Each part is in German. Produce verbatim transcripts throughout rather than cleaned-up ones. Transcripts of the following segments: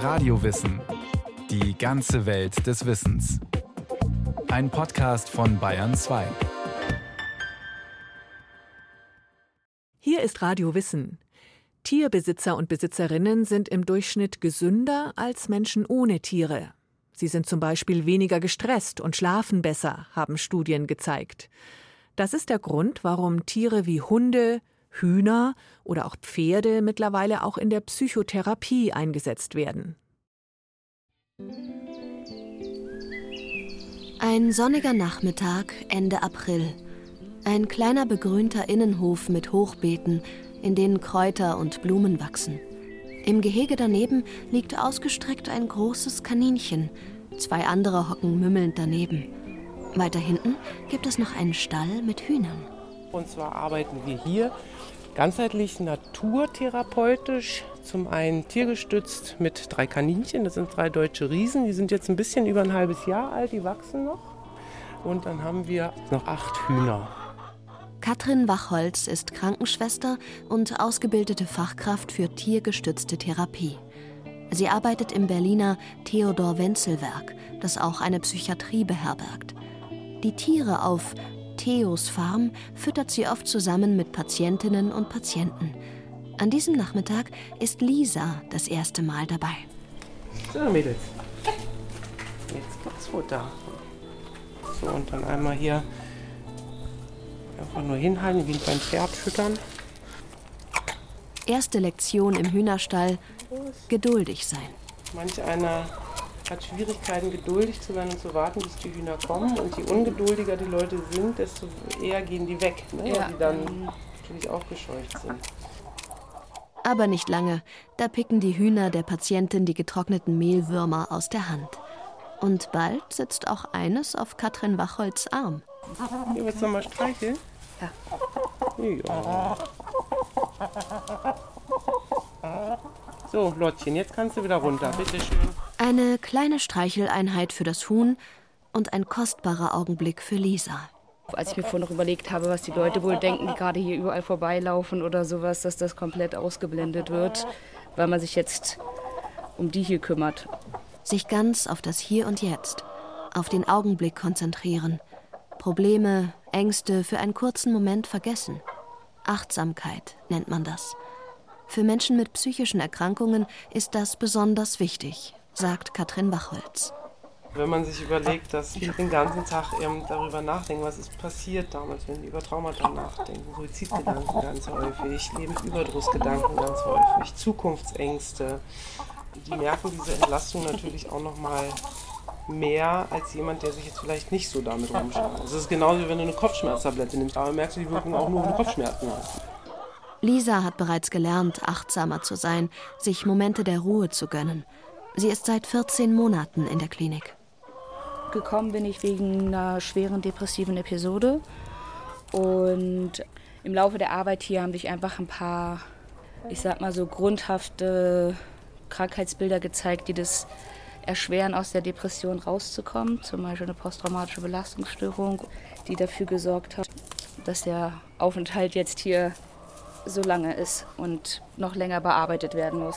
Radiowissen. Die ganze Welt des Wissens. Ein Podcast von Bayern zwei. Hier ist Radio Wissen. Tierbesitzer und Besitzerinnen sind im Durchschnitt gesünder als Menschen ohne Tiere. Sie sind zum Beispiel weniger gestresst und schlafen besser, haben Studien gezeigt. Das ist der Grund, warum Tiere wie Hunde, Hühner oder auch Pferde mittlerweile auch in der Psychotherapie eingesetzt werden. Ein sonniger Nachmittag, Ende April. Ein kleiner begrünter Innenhof mit Hochbeeten, in denen Kräuter und Blumen wachsen. Im Gehege daneben liegt ausgestreckt ein großes Kaninchen. Zwei andere hocken mümmelnd daneben. Weiter hinten gibt es noch einen Stall mit Hühnern. Und zwar arbeiten wir hier ganzheitlich naturtherapeutisch. Zum einen tiergestützt mit drei Kaninchen, das sind drei deutsche Riesen. Die sind jetzt ein bisschen über ein halbes Jahr alt, die wachsen noch. Und dann haben wir noch acht Hühner. Katrin Wachholz ist Krankenschwester und ausgebildete Fachkraft für tiergestützte Therapie. Sie arbeitet im Berliner Theodor-Wenzel-Werk, das auch eine Psychiatrie beherbergt. Die Tiere auf Theos Farm füttert sie oft zusammen mit Patientinnen und Patienten. An diesem Nachmittag ist Lisa das erste Mal dabei. So, Mädels. Jetzt gibt's Futter. So, und dann einmal hier einfach nur hinhalten, wie beim Pferd füttern. Erste Lektion im Hühnerstall: geduldig sein. Manch einer hat Schwierigkeiten, geduldig zu sein und zu warten, bis die Hühner kommen. Und je ungeduldiger die Leute sind, desto eher gehen die weg, ne? Ja. Weil die dann natürlich auch gescheucht sind. Aber nicht lange, da picken die Hühner der Patientin die getrockneten Mehlwürmer aus der Hand. Und bald sitzt auch eines auf Katrin Wachholz' Arm. Hier, willst du mal streicheln? Ja. Ja. So, Lottchen, jetzt kannst du wieder runter, bitteschön. Eine kleine Streicheleinheit für das Huhn und ein kostbarer Augenblick für Lisa. Als ich mir vorhin noch überlegt habe, was die Leute wohl denken, die gerade hier überall vorbeilaufen oder sowas, dass das komplett ausgeblendet wird, weil man sich jetzt um die hier kümmert. Sich ganz auf das Hier und Jetzt, auf den Augenblick konzentrieren. Probleme, Ängste für einen kurzen Moment vergessen. Achtsamkeit nennt man das. Für Menschen mit psychischen Erkrankungen ist das besonders wichtig, sagt Katrin Wachholz. Wenn man sich überlegt, dass viele den ganzen Tag eben darüber nachdenken, was ist passiert damals, wenn die über Traumata nachdenken, Suizidgedanken ganz häufig, Lebensüberdrussgedanken ganz häufig, Zukunftsängste. Die merken diese Entlastung natürlich auch noch mal mehr als jemand, der sich jetzt vielleicht nicht so damit rumschlägt. Also es ist genauso, wie wenn du eine Kopfschmerztablette nimmst, aber merkst du die Wirkung auch nur, wenn du Kopfschmerzen hast. Lisa hat bereits gelernt, achtsamer zu sein, sich Momente der Ruhe zu gönnen. Sie ist seit vierzehn Monaten in der Klinik. Gekommen bin ich wegen einer schweren depressiven Episode. Und im Laufe der Arbeit hier haben sich einfach ein paar, ich sag mal so, grundhafte Krankheitsbilder gezeigt, die das erschweren, aus der Depression rauszukommen. Zum Beispiel eine posttraumatische Belastungsstörung, die dafür gesorgt hat, dass der Aufenthalt jetzt hier so lange ist und noch länger bearbeitet werden muss.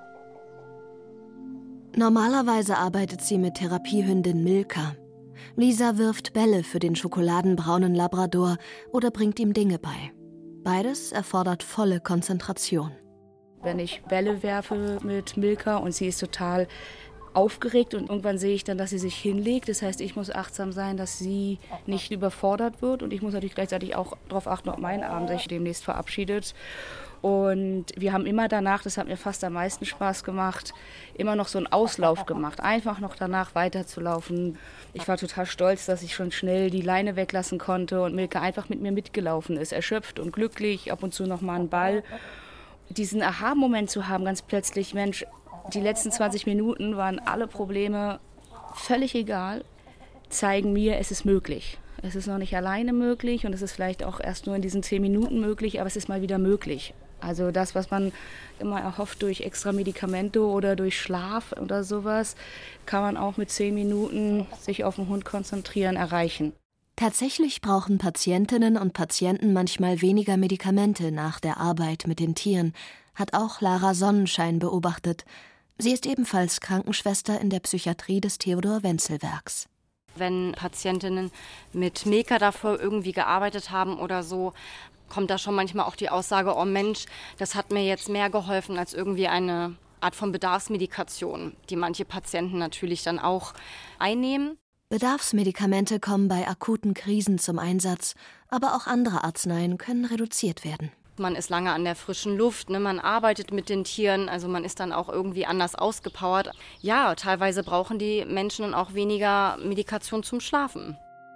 Normalerweise arbeitet sie mit Therapiehündin Milka. Lisa wirft Bälle für den schokoladenbraunen Labrador oder bringt ihm Dinge bei. Beides erfordert volle Konzentration. Wenn ich Bälle werfe mit Milka und sie ist total aufgeregt und irgendwann sehe ich dann, dass sie sich hinlegt. Das heißt, ich muss achtsam sein, dass sie nicht überfordert wird und ich muss natürlich gleichzeitig auch darauf achten, ob mein Arm sich demnächst verabschiedet. Und wir haben immer danach, das hat mir fast am meisten Spaß gemacht, immer noch so einen Auslauf gemacht, einfach noch danach weiterzulaufen. Ich war total stolz, dass ich schon schnell die Leine weglassen konnte und Milka einfach mit mir mitgelaufen ist, erschöpft und glücklich, ab und zu noch mal einen Ball. Diesen Aha-Moment zu haben, ganz plötzlich, Mensch, die letzten zwanzig Minuten waren alle Probleme völlig egal, zeigen mir, es ist möglich. Es ist noch nicht alleine möglich und es ist vielleicht auch erst nur in diesen zehn Minuten möglich, aber es ist mal wieder möglich. Also das, was man immer erhofft durch extra Medikamente oder durch Schlaf oder sowas, kann man auch mit zehn Minuten sich auf den Hund konzentrieren, erreichen. Tatsächlich brauchen Patientinnen und Patienten manchmal weniger Medikamente nach der Arbeit mit den Tieren, hat auch Lara Sonnenschein beobachtet. Sie ist ebenfalls Krankenschwester in der Psychiatrie des Theodor-Wenzel-Werks. Wenn Patientinnen mit Milka davor irgendwie gearbeitet haben oder so, kommt da schon manchmal auch die Aussage, oh Mensch, das hat mir jetzt mehr geholfen als irgendwie eine Art von Bedarfsmedikation, die manche Patienten natürlich dann auch einnehmen. Bedarfsmedikamente kommen bei akuten Krisen zum Einsatz, aber auch andere Arzneien können reduziert werden. Man ist lange an der frischen Luft, ne? Man arbeitet mit den Tieren, also man ist dann auch irgendwie anders ausgepowert. Ja, teilweise brauchen die Menschen dann auch weniger Medikation zum Schlafen.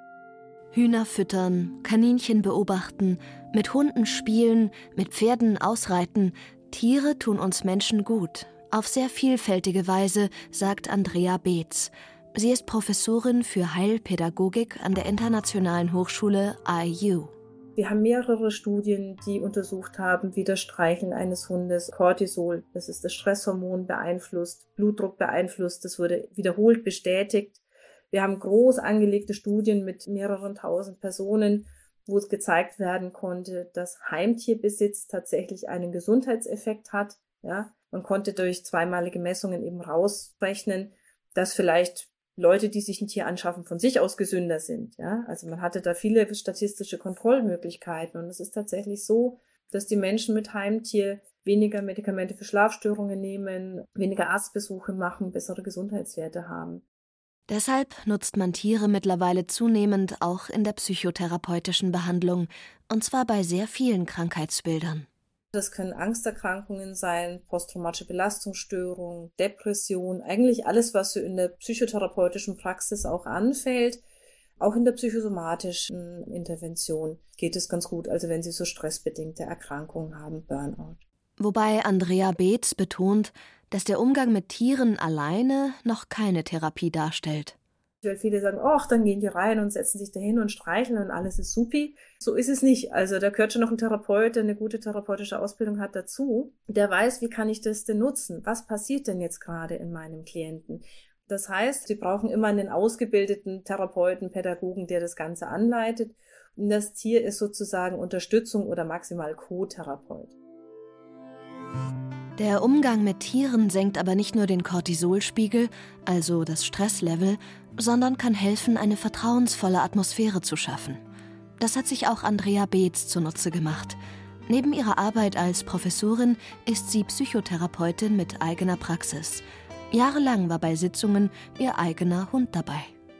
Hühner füttern, Kaninchen beobachten, mit Hunden spielen, mit Pferden ausreiten. Tiere tun uns Menschen gut. Auf sehr vielfältige Weise, sagt Andrea Beetz. Sie ist Professorin für Heilpädagogik an der Internationalen Hochschule I U. Wir haben mehrere Studien, die untersucht haben, wie das Streicheln eines Hundes Cortisol, das ist das Stresshormon, beeinflusst, Blutdruck beeinflusst. Das wurde wiederholt bestätigt. Wir haben groß angelegte Studien mit mehreren tausend Personen, wo es gezeigt werden konnte, dass Heimtierbesitz tatsächlich einen Gesundheitseffekt hat. Ja, man konnte durch zweimalige Messungen eben rausrechnen, dass vielleicht Leute, die sich ein Tier anschaffen, von sich aus gesünder sind. Ja, also man hatte da viele statistische Kontrollmöglichkeiten und es ist tatsächlich so, dass die Menschen mit Heimtier weniger Medikamente für Schlafstörungen nehmen, weniger Arztbesuche machen, bessere Gesundheitswerte haben. Deshalb nutzt man Tiere mittlerweile zunehmend auch in der psychotherapeutischen Behandlung, und zwar bei sehr vielen Krankheitsbildern. Das können Angsterkrankungen sein, posttraumatische Belastungsstörungen, Depression, eigentlich alles, was so in der psychotherapeutischen Praxis auch anfällt. Auch in der psychosomatischen Intervention geht es ganz gut, also wenn Sie so stressbedingte Erkrankungen haben, Burnout. Wobei Andrea Beetz betont, dass der Umgang mit Tieren alleine noch keine Therapie darstellt. Weil viele sagen, ach, dann gehen die rein und setzen sich dahin und streicheln und alles ist supi. So ist es nicht. Also da gehört schon noch ein Therapeut, der eine gute therapeutische Ausbildung hat, dazu. Der weiß, wie kann ich das denn nutzen? Was passiert denn jetzt gerade in meinem Klienten? Das heißt, Sie brauchen immer einen ausgebildeten Therapeuten, Pädagogen, der das Ganze anleitet. Und das Tier ist sozusagen Unterstützung oder maximal Co-Therapeut. Der Umgang mit Tieren senkt aber nicht nur den Cortisolspiegel, also das Stresslevel, sondern kann helfen, eine vertrauensvolle Atmosphäre zu schaffen. Das hat sich auch Andrea Beetz zunutze gemacht. Neben ihrer Arbeit als Professorin ist sie Psychotherapeutin mit eigener Praxis. Jahrelang war bei Sitzungen ihr eigener Hund dabei.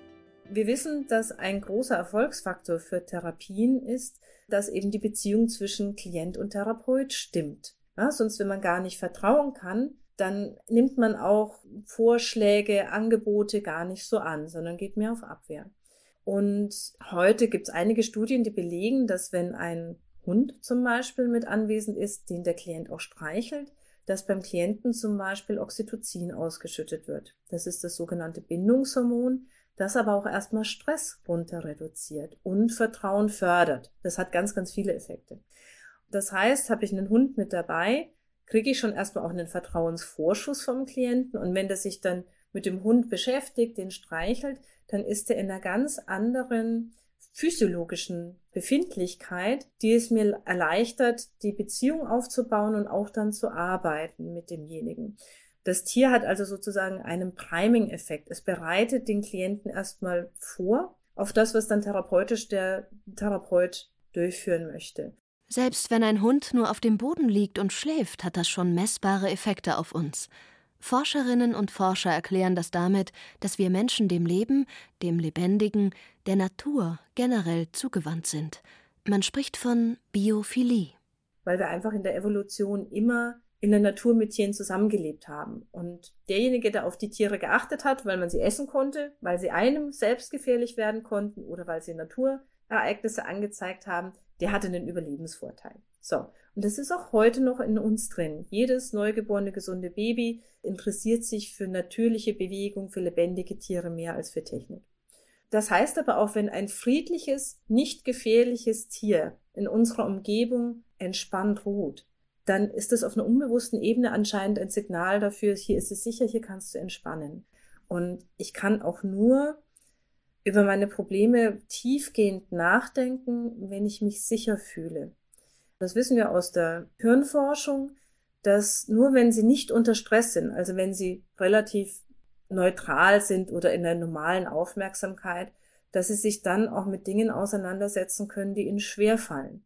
Wir wissen, dass ein großer Erfolgsfaktor für Therapien ist, dass eben die Beziehung zwischen Klient und Therapeut stimmt. Ja, sonst, wenn man gar nicht vertrauen kann, dann nimmt man auch Vorschläge, Angebote gar nicht so an, sondern geht mehr auf Abwehr. Und heute gibt es einige Studien, die belegen, dass wenn ein Hund zum Beispiel mit anwesend ist, den der Klient auch streichelt, dass beim Klienten zum Beispiel Oxytocin ausgeschüttet wird. Das ist das sogenannte Bindungshormon, das aber auch erstmal Stress runter reduziert und Vertrauen fördert. Das hat ganz, ganz viele Effekte. Das heißt, habe ich einen Hund mit dabei, kriege ich schon erstmal auch einen Vertrauensvorschuss vom Klienten. Und wenn der sich dann mit dem Hund beschäftigt, den streichelt, dann ist er in einer ganz anderen physiologischen Befindlichkeit, die es mir erleichtert, die Beziehung aufzubauen und auch dann zu arbeiten mit demjenigen. Das Tier hat also sozusagen einen Priming-Effekt. Es bereitet den Klienten erstmal vor auf das, was dann therapeutisch der Therapeut durchführen möchte. Selbst wenn ein Hund nur auf dem Boden liegt und schläft, hat das schon messbare Effekte auf uns. Forscherinnen und Forscher erklären das damit, dass wir Menschen dem Leben, dem Lebendigen, der Natur generell zugewandt sind. Man spricht von Biophilie. Weil wir einfach in der Evolution immer in der Natur mit Tieren zusammengelebt haben. Und derjenige, der auf die Tiere geachtet hat, weil man sie essen konnte, weil sie einem selbst gefährlich werden konnten oder weil sie Naturereignisse angezeigt haben, der hatte einen Überlebensvorteil. So, und das ist auch heute noch in uns drin. Jedes neugeborene, gesunde Baby interessiert sich für natürliche Bewegung, für lebendige Tiere mehr als für Technik. Das heißt aber auch, wenn ein friedliches, nicht gefährliches Tier in unserer Umgebung entspannt ruht, dann ist das auf einer unbewussten Ebene anscheinend ein Signal dafür, hier ist es sicher, hier kannst du entspannen. Und ich kann auch nur über meine Probleme tiefgehend nachdenken, wenn ich mich sicher fühle. Das wissen wir aus der Hirnforschung, dass nur wenn sie nicht unter Stress sind, also wenn sie relativ neutral sind oder in der normalen Aufmerksamkeit, dass sie sich dann auch mit Dingen auseinandersetzen können, die ihnen schwerfallen.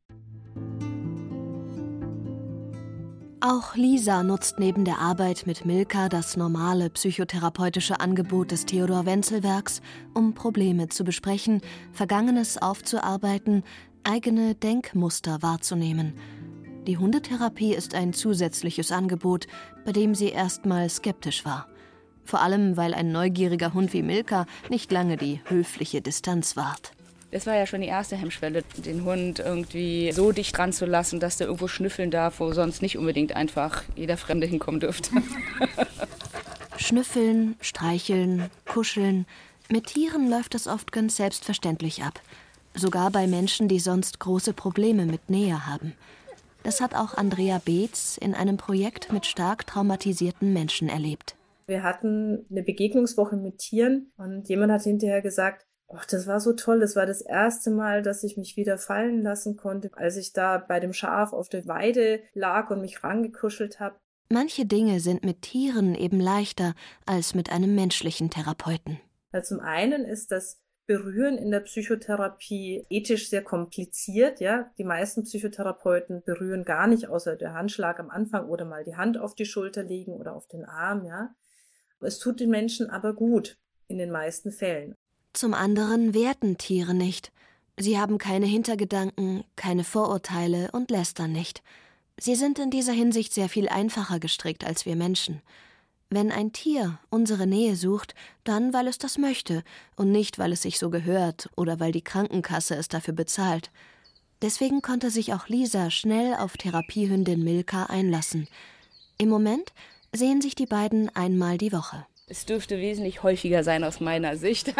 Auch Lisa nutzt neben der Arbeit mit Milka das normale psychotherapeutische Angebot des Theodor-Wenzel-Werks, um Probleme zu besprechen, Vergangenes aufzuarbeiten, eigene Denkmuster wahrzunehmen. Die Hundetherapie ist ein zusätzliches Angebot, bei dem sie erstmal skeptisch war. Vor allem, weil ein neugieriger Hund wie Milka nicht lange die höfliche Distanz wahrt. Das war ja schon die erste Hemmschwelle, den Hund irgendwie so dicht dran zu lassen, dass der irgendwo schnüffeln darf, wo sonst nicht unbedingt einfach jeder Fremde hinkommen dürfte. Schnüffeln, streicheln, kuscheln. Mit Tieren läuft das oft ganz selbstverständlich ab. Sogar bei Menschen, die sonst große Probleme mit Nähe haben. Das hat auch Andrea Beetz in einem Projekt mit stark traumatisierten Menschen erlebt. Wir hatten eine Begegnungswoche mit Tieren und jemand hat hinterher gesagt, ach, das war so toll, das war das erste Mal, dass ich mich wieder fallen lassen konnte, als ich da bei dem Schaf auf der Weide lag und mich rangekuschelt habe. Manche Dinge sind mit Tieren eben leichter als mit einem menschlichen Therapeuten. Also zum einen ist das Berühren in der Psychotherapie ethisch sehr kompliziert. Ja, die meisten Psychotherapeuten berühren gar nicht, außer der Handschlag am Anfang oder mal die Hand auf die Schulter legen oder auf den Arm. Ja, es tut den Menschen aber gut in den meisten Fällen. Zum anderen werten Tiere nicht. Sie haben keine Hintergedanken, keine Vorurteile und lästern nicht. Sie sind in dieser Hinsicht sehr viel einfacher gestrickt als wir Menschen. Wenn ein Tier unsere Nähe sucht, dann weil es das möchte und nicht, weil es sich so gehört oder weil die Krankenkasse es dafür bezahlt. Deswegen konnte sich auch Lisa schnell auf Therapiehündin Milka einlassen. Im Moment sehen sich die beiden einmal die Woche. Es dürfte wesentlich häufiger sein aus meiner Sicht.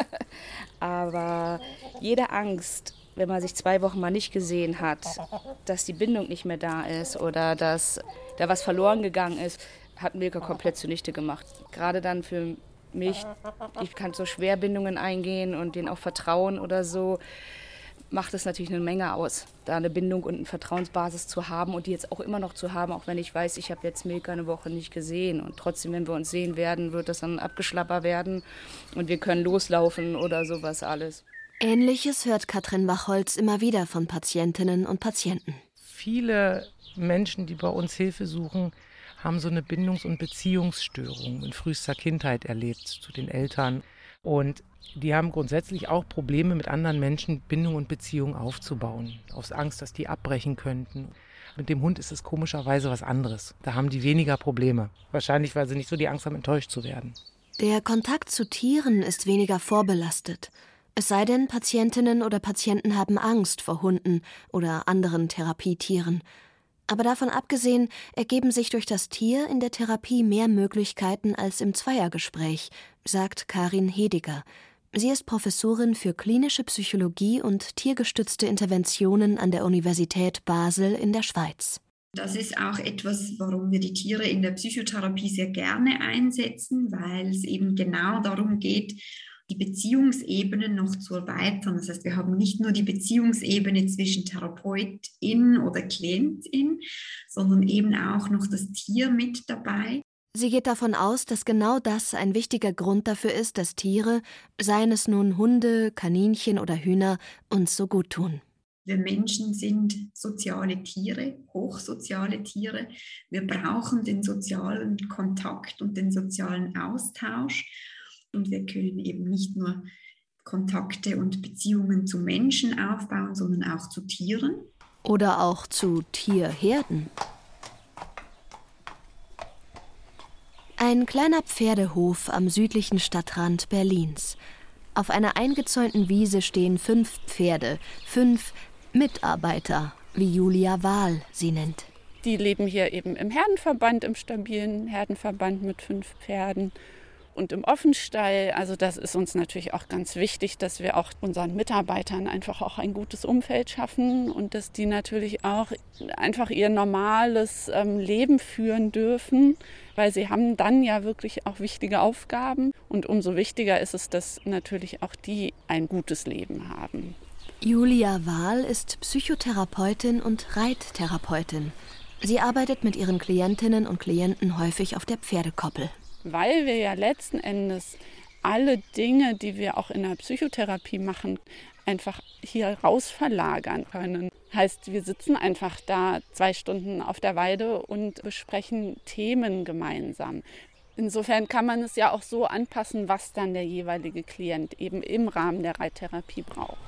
Aber jede Angst, wenn man sich zwei Wochen mal nicht gesehen hat, dass die Bindung nicht mehr da ist oder dass da was verloren gegangen ist, hat Milka komplett zunichte gemacht. Gerade dann für mich, ich kann so Schwerbindungen eingehen und denen auch vertrauen oder so, macht es natürlich eine Menge aus, da eine Bindung und eine Vertrauensbasis zu haben und die jetzt auch immer noch zu haben, auch wenn ich weiß, ich habe jetzt Milka eine Woche nicht gesehen. Und trotzdem, wenn wir uns sehen werden, wird das dann abgeschlapper werden und wir können loslaufen oder sowas alles. Ähnliches hört Katrin Wachholz immer wieder von Patientinnen und Patienten. Viele Menschen, die bei uns Hilfe suchen, haben so eine Bindungs- und Beziehungsstörung in frühester Kindheit erlebt zu den Eltern. Und die haben grundsätzlich auch Probleme, mit anderen Menschen Bindung und Beziehung aufzubauen. Aus Angst, dass die abbrechen könnten. Mit dem Hund ist es komischerweise was anderes. Da haben die weniger Probleme. Wahrscheinlich, weil sie nicht so die Angst haben, enttäuscht zu werden. Der Kontakt zu Tieren ist weniger vorbelastet. Es sei denn, Patientinnen oder Patienten haben Angst vor Hunden oder anderen Therapietieren. Aber davon abgesehen ergeben sich durch das Tier in der Therapie mehr Möglichkeiten als im Zweiergespräch, sagt Karin Hediger. Sie ist Professorin für klinische Psychologie und tiergestützte Interventionen an der Universität Basel in der Schweiz. Das ist auch etwas, warum wir die Tiere in der Psychotherapie sehr gerne einsetzen, weil es eben genau darum geht, die Beziehungsebenen noch zu erweitern. Das heißt, wir haben nicht nur die Beziehungsebene zwischen Therapeutin oder Klientin, sondern eben auch noch das Tier mit dabei. Sie geht davon aus, dass genau das ein wichtiger Grund dafür ist, dass Tiere, seien es nun Hunde, Kaninchen oder Hühner, uns so gut tun. Wir Menschen sind soziale Tiere, hochsoziale Tiere. Wir brauchen den sozialen Kontakt und den sozialen Austausch. Und wir können eben nicht nur Kontakte und Beziehungen zu Menschen aufbauen, sondern auch zu Tieren. Oder auch zu Tierherden. Ein kleiner Pferdehof am südlichen Stadtrand Berlins. Auf einer eingezäunten Wiese stehen fünf Pferde, fünf Mitarbeiter, wie Julia Wahl sie nennt. Die leben hier eben im Herdenverband, im stabilen Herdenverband mit fünf Pferden. Und im Offenstall, also das ist uns natürlich auch ganz wichtig, dass wir auch unseren Mitarbeitern einfach auch ein gutes Umfeld schaffen und dass die natürlich auch einfach ihr normales ähm, Leben führen dürfen, weil sie haben dann ja wirklich auch wichtige Aufgaben und umso wichtiger ist es, dass natürlich auch die ein gutes Leben haben. Julia Wahl ist Psychotherapeutin und Reittherapeutin. Sie arbeitet mit ihren Klientinnen und Klienten häufig auf der Pferdekoppel. Weil wir ja letzten Endes alle Dinge, die wir auch in der Psychotherapie machen, einfach hier raus verlagern können. Heißt, wir sitzen einfach da zwei Stunden auf der Weide und besprechen Themen gemeinsam. Insofern kann man es ja auch so anpassen, was dann der jeweilige Klient eben im Rahmen der Reittherapie braucht.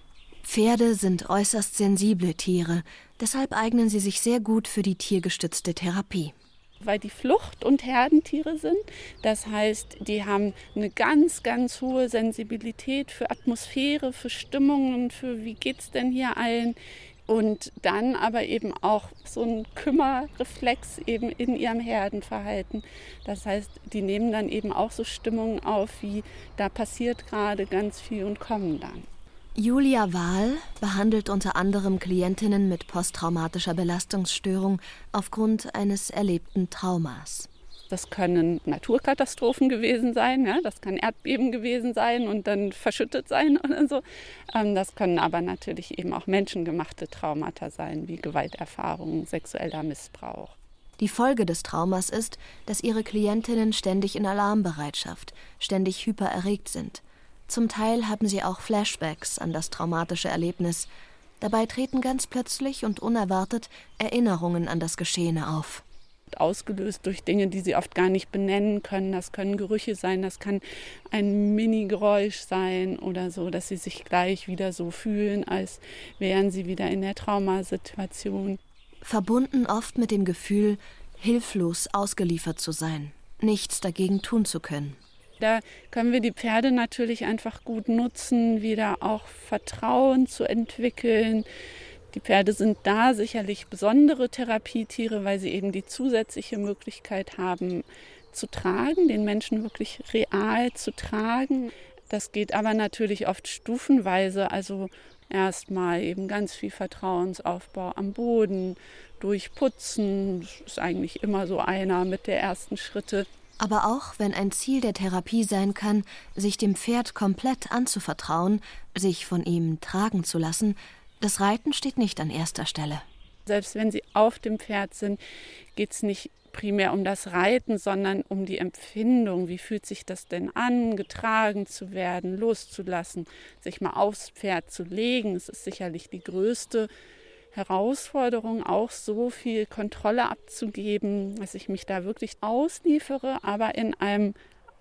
Pferde sind äußerst sensible Tiere, deshalb eignen sie sich sehr gut für die tiergestützte Therapie. Weil die Flucht- und Herdentiere sind. Das heißt, die haben eine ganz, ganz hohe Sensibilität für Atmosphäre, für Stimmungen, für wie geht's denn hier allen. Und dann aber eben auch so ein Kümmerreflex eben in ihrem Herdenverhalten. Das heißt, die nehmen dann eben auch so Stimmungen auf, wie da passiert gerade ganz viel und kommen dann. Julia Wahl behandelt unter anderem Klientinnen mit posttraumatischer Belastungsstörung aufgrund eines erlebten Traumas. Das können Naturkatastrophen gewesen sein, ja, das kann Erdbeben gewesen sein und dann verschüttet sein oder so. Das können aber natürlich eben auch menschengemachte Traumata sein, wie Gewalterfahrungen, sexueller Missbrauch. Die Folge des Traumas ist, dass ihre Klientinnen ständig in Alarmbereitschaft, ständig hypererregt sind. Zum Teil haben sie auch Flashbacks an das traumatische Erlebnis. Dabei treten ganz plötzlich und unerwartet Erinnerungen an das Geschehene auf. Ausgelöst durch Dinge, die sie oft gar nicht benennen können. Das können Gerüche sein, das kann ein Mini-Geräusch sein oder so, dass sie sich gleich wieder so fühlen, als wären sie wieder in der Traumasituation. Verbunden oft mit dem Gefühl, hilflos ausgeliefert zu sein, nichts dagegen tun zu können. Da können wir die Pferde natürlich einfach gut nutzen, wieder auch Vertrauen zu entwickeln. Die Pferde sind da sicherlich besondere Therapietiere, weil sie eben die zusätzliche Möglichkeit haben, zu tragen, den Menschen wirklich real zu tragen. Das geht aber natürlich oft stufenweise, also erstmal eben ganz viel Vertrauensaufbau am Boden, durch Putzen, das ist eigentlich immer so einer mit der ersten Schritte. Aber auch wenn ein Ziel der Therapie sein kann, sich dem Pferd komplett anzuvertrauen, sich von ihm tragen zu lassen, das Reiten steht nicht an erster Stelle. Selbst wenn sie auf dem Pferd sind, geht es nicht primär um das Reiten, sondern um die Empfindung. Wie fühlt sich das denn an, getragen zu werden, loszulassen, sich mal aufs Pferd zu legen? Es ist sicherlich die größte Herausforderung, auch so viel Kontrolle abzugeben, dass ich mich da wirklich ausliefere, aber in einem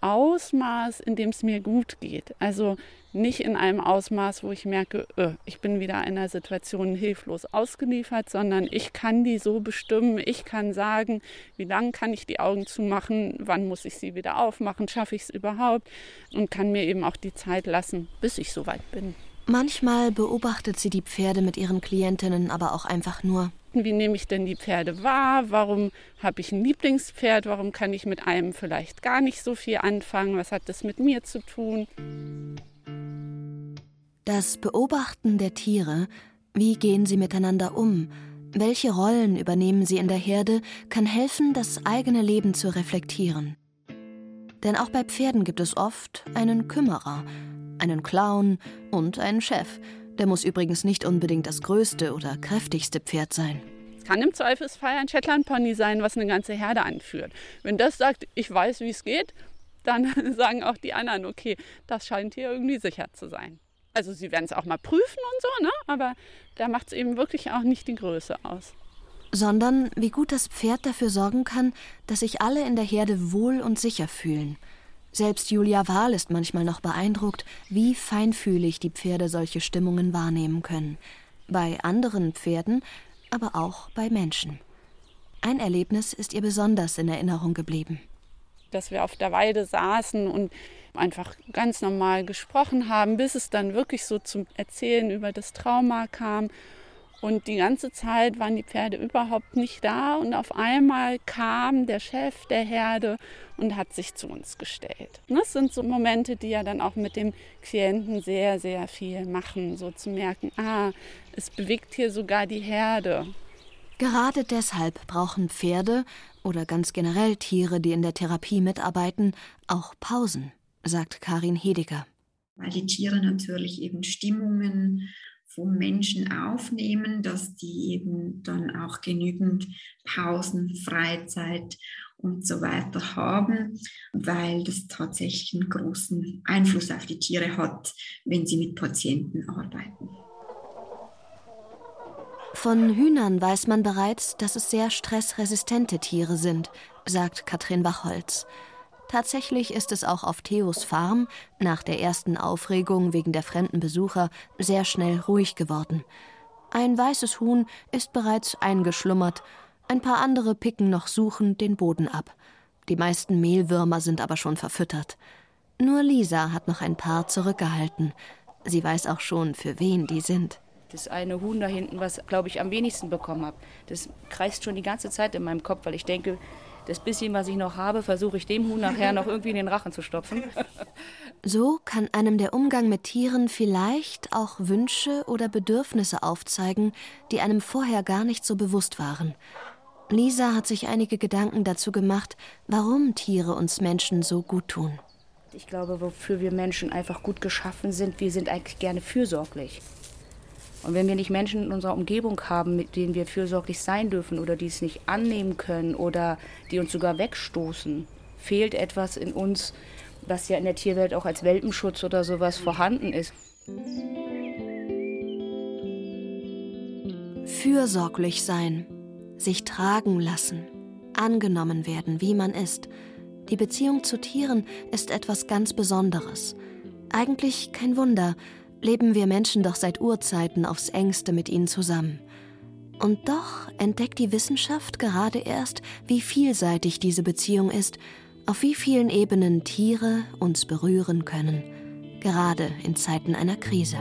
Ausmaß, in dem es mir gut geht. Also nicht in einem Ausmaß, wo ich merke, öh, ich bin wieder in einer Situation hilflos ausgeliefert, sondern ich kann die so bestimmen, ich kann sagen, wie lange kann ich die Augen zumachen, wann muss ich sie wieder aufmachen, schaffe ich es überhaupt und kann mir eben auch die Zeit lassen, bis ich soweit bin. Manchmal beobachtet sie die Pferde mit ihren Klientinnen aber auch einfach nur. Wie nehme ich denn die Pferde wahr? Warum habe ich ein Lieblingspferd? Warum kann ich mit einem vielleicht gar nicht so viel anfangen? Was hat das mit mir zu tun? Das Beobachten der Tiere, wie gehen sie miteinander um, welche Rollen übernehmen sie in der Herde, kann helfen, das eigene Leben zu reflektieren. Denn auch bei Pferden gibt es oft einen Kümmerer, einen Clown und einen Chef. Der muss übrigens nicht unbedingt das größte oder kräftigste Pferd sein. Es kann im Zweifelsfall ein Shetland-Pony sein, was eine ganze Herde anführt. Wenn das sagt, ich weiß, wie es geht, dann sagen auch die anderen, okay, das scheint hier irgendwie sicher zu sein. Also sie werden es auch mal prüfen und so, ne? Aber da macht es eben wirklich auch nicht die Größe aus. Sondern wie gut das Pferd dafür sorgen kann, dass sich alle in der Herde wohl und sicher fühlen. Selbst Julia Wahl ist manchmal noch beeindruckt, wie feinfühlig die Pferde solche Stimmungen wahrnehmen können. Bei anderen Pferden, aber auch bei Menschen. Ein Erlebnis ist ihr besonders in Erinnerung geblieben. Dass wir auf der Weide saßen und einfach ganz normal gesprochen haben, bis es dann wirklich so zum Erzählen über das Trauma kam. Und die ganze Zeit waren die Pferde überhaupt nicht da. Und auf einmal kam der Chef der Herde und hat sich zu uns gestellt. Das sind so Momente, die ja dann auch mit dem Klienten sehr, sehr viel machen. So zu merken, ah, es bewegt hier sogar die Herde. Gerade deshalb brauchen Pferde oder ganz generell Tiere, die in der Therapie mitarbeiten, auch Pausen, sagt Karin Hediger. Weil die Tiere natürlich eben Stimmungen vom Menschen aufnehmen, dass die eben dann auch genügend Pausen, Freizeit und so weiter haben, weil das tatsächlich einen großen Einfluss auf die Tiere hat, wenn sie mit Patienten arbeiten. Von Hühnern weiß man bereits, dass es sehr stressresistente Tiere sind, sagt Katrin Wachholz. Tatsächlich ist es auch auf Theos Farm nach der ersten Aufregung wegen der fremden Besucher sehr schnell ruhig geworden. Ein weißes Huhn ist bereits eingeschlummert, ein paar andere picken noch suchend den Boden ab. Die meisten Mehlwürmer sind aber schon verfüttert. Nur Lisa hat noch ein paar zurückgehalten. Sie weiß auch schon, für wen die sind. Das eine Huhn da hinten, was, glaube ich, am wenigsten bekommen habe, das kreist schon die ganze Zeit in meinem Kopf, weil ich denke, das bisschen, was ich noch habe, versuche ich dem Huhn nachher noch irgendwie in den Rachen zu stopfen. So kann einem der Umgang mit Tieren vielleicht auch Wünsche oder Bedürfnisse aufzeigen, die einem vorher gar nicht so bewusst waren. Lisa hat sich einige Gedanken dazu gemacht, warum Tiere uns Menschen so gut tun. Ich glaube, wofür wir Menschen einfach gut geschaffen sind, wir sind eigentlich gerne fürsorglich. Und wenn wir nicht Menschen in unserer Umgebung haben, mit denen wir fürsorglich sein dürfen oder die es nicht annehmen können oder die uns sogar wegstoßen, fehlt etwas in uns, was ja in der Tierwelt auch als Welpenschutz oder sowas vorhanden ist. Fürsorglich sein, sich tragen lassen, angenommen werden, wie man ist. Die Beziehung zu Tieren ist etwas ganz Besonderes. Eigentlich kein Wunder, leben wir Menschen doch seit Urzeiten aufs Engste mit ihnen zusammen. Und doch entdeckt die Wissenschaft gerade erst, wie vielseitig diese Beziehung ist, auf wie vielen Ebenen Tiere uns berühren können, gerade in Zeiten einer Krise.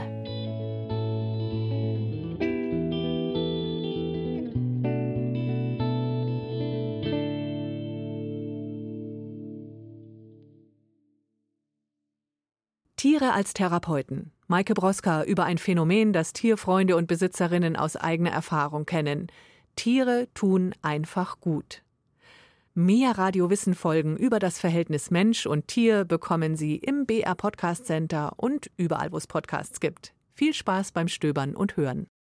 Tiere als Therapeuten. Maike Broska über ein Phänomen, das Tierfreunde und Besitzerinnen aus eigener Erfahrung kennen. Tiere tun einfach gut. Mehr Radio-Wissen-Folgen über das Verhältnis Mensch und Tier bekommen Sie im B R Podcast Center und überall, wo es Podcasts gibt. Viel Spaß beim Stöbern und Hören.